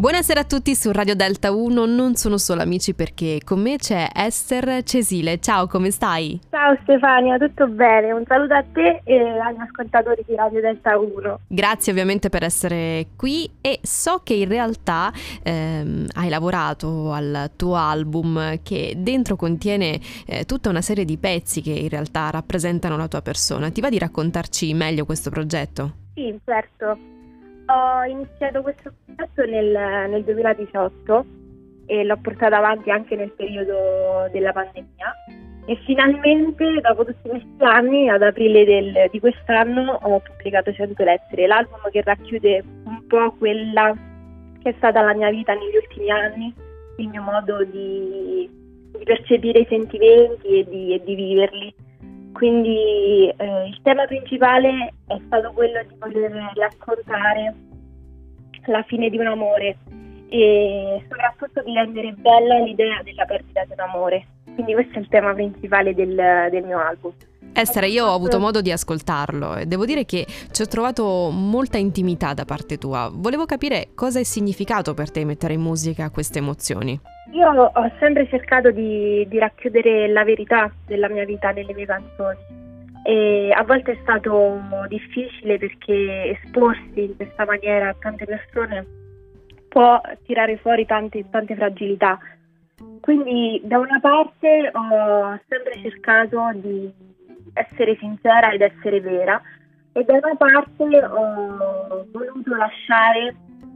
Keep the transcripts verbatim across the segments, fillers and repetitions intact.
Buonasera a tutti su Radio Delta uno, non sono solo amici perché con me c'è Ester Cesile. Ciao, come stai? Ciao Stefania, tutto bene? Un saluto a te e agli ascoltatori di Radio Delta uno. Grazie ovviamente per essere qui e so che in realtà ehm, hai lavorato al tuo album che dentro contiene eh, tutta una serie di pezzi che in realtà rappresentano la tua persona. Ti va di raccontarci meglio questo progetto? Sì, certo. Ho iniziato questo progetto nel, nel duemiladiciotto e l'ho portato avanti anche nel periodo della pandemia e finalmente dopo tutti questi anni, ad aprile del, di quest'anno, ho pubblicato cento lettere, l'album che racchiude un po' quella che è stata la mia vita negli ultimi anni, il mio modo di, di percepire i sentimenti e di, e di viverli. Quindi eh, il tema principale è stato quello di voler raccontare la fine di un amore e soprattutto di rendere bella l'idea della perdita di un amore. Quindi questo è il tema principale del, del mio album. Ester, io ho avuto modo di ascoltarlo e devo dire che ci ho trovato molta intimità da parte tua. Volevo capire cosa è significato per te mettere in musica queste emozioni. Io ho sempre cercato di, di racchiudere la verità della mia vita nelle mie canzoni e a volte è stato difficile perché esporsi in questa maniera a tante persone può tirare fuori tante, tante fragilità. Quindi da una parte ho sempre cercato di essere sincera ed essere vera e da una parte ho voluto lasciare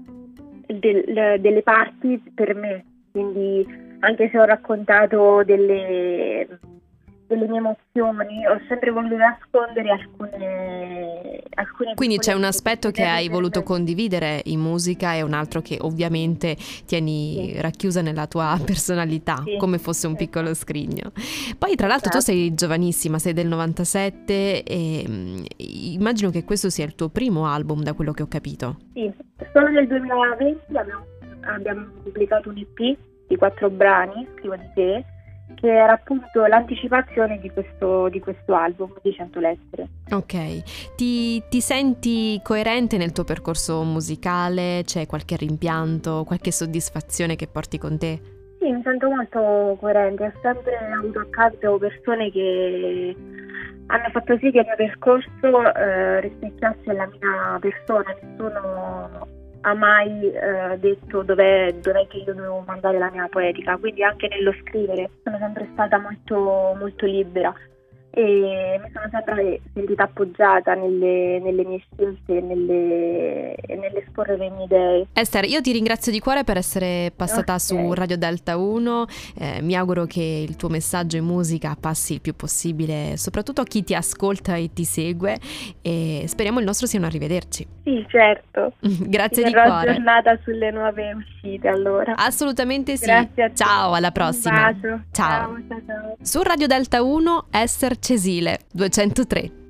del, delle parti per me. Quindi anche se ho raccontato delle, delle mie emozioni, ho sempre voluto nascondere alcune, alcune Quindi c'è un aspetto che hai voluto condividere in musica e un altro che ovviamente tieni sì. racchiusa nella tua personalità, sì. come fosse un piccolo scrigno. Poi tra l'altro tu sei giovanissima, sei del novantasette e immagino che questo sia il tuo primo album, da quello che ho capito. Sì, solo nel duemilaventi abbiamo abbiamo pubblicato un E P di quattro brani, Scrivo di te, che era appunto l'anticipazione di questo, di questo album di cento lettere. Ok, ti, ti senti coerente nel tuo percorso musicale? C'è qualche rimpianto, qualche soddisfazione che porti con te? Sì, mi sento molto coerente, ho sempre avuto accanto persone che hanno fatto sì che il mio percorso eh, rispecchiasse la mia persona. Nessuno ha mai eh, detto dov'è, dov'è che io devo mandare la mia poetica, quindi anche nello scrivere sono sempre stata molto, molto libera e mi sono sempre sentita appoggiata nelle, nelle mie scelte e nelle, nell'esporre le mie idee. Ester, io ti ringrazio di cuore per essere passata okay. su Radio Delta uno, eh, mi auguro che il tuo messaggio in musica passi il più possibile soprattutto a chi ti ascolta e ti segue e speriamo il nostro sia un arrivederci. Sì, certo. Grazie ti di cuore. Aggiornata sulle nuove uscite allora. Assolutamente sì. Grazie a te. Ciao, alla prossima. Un bacio. Ciao. Ciao, ciao, ciao. Su Radio Delta uno, Ester Cesile duecentotre.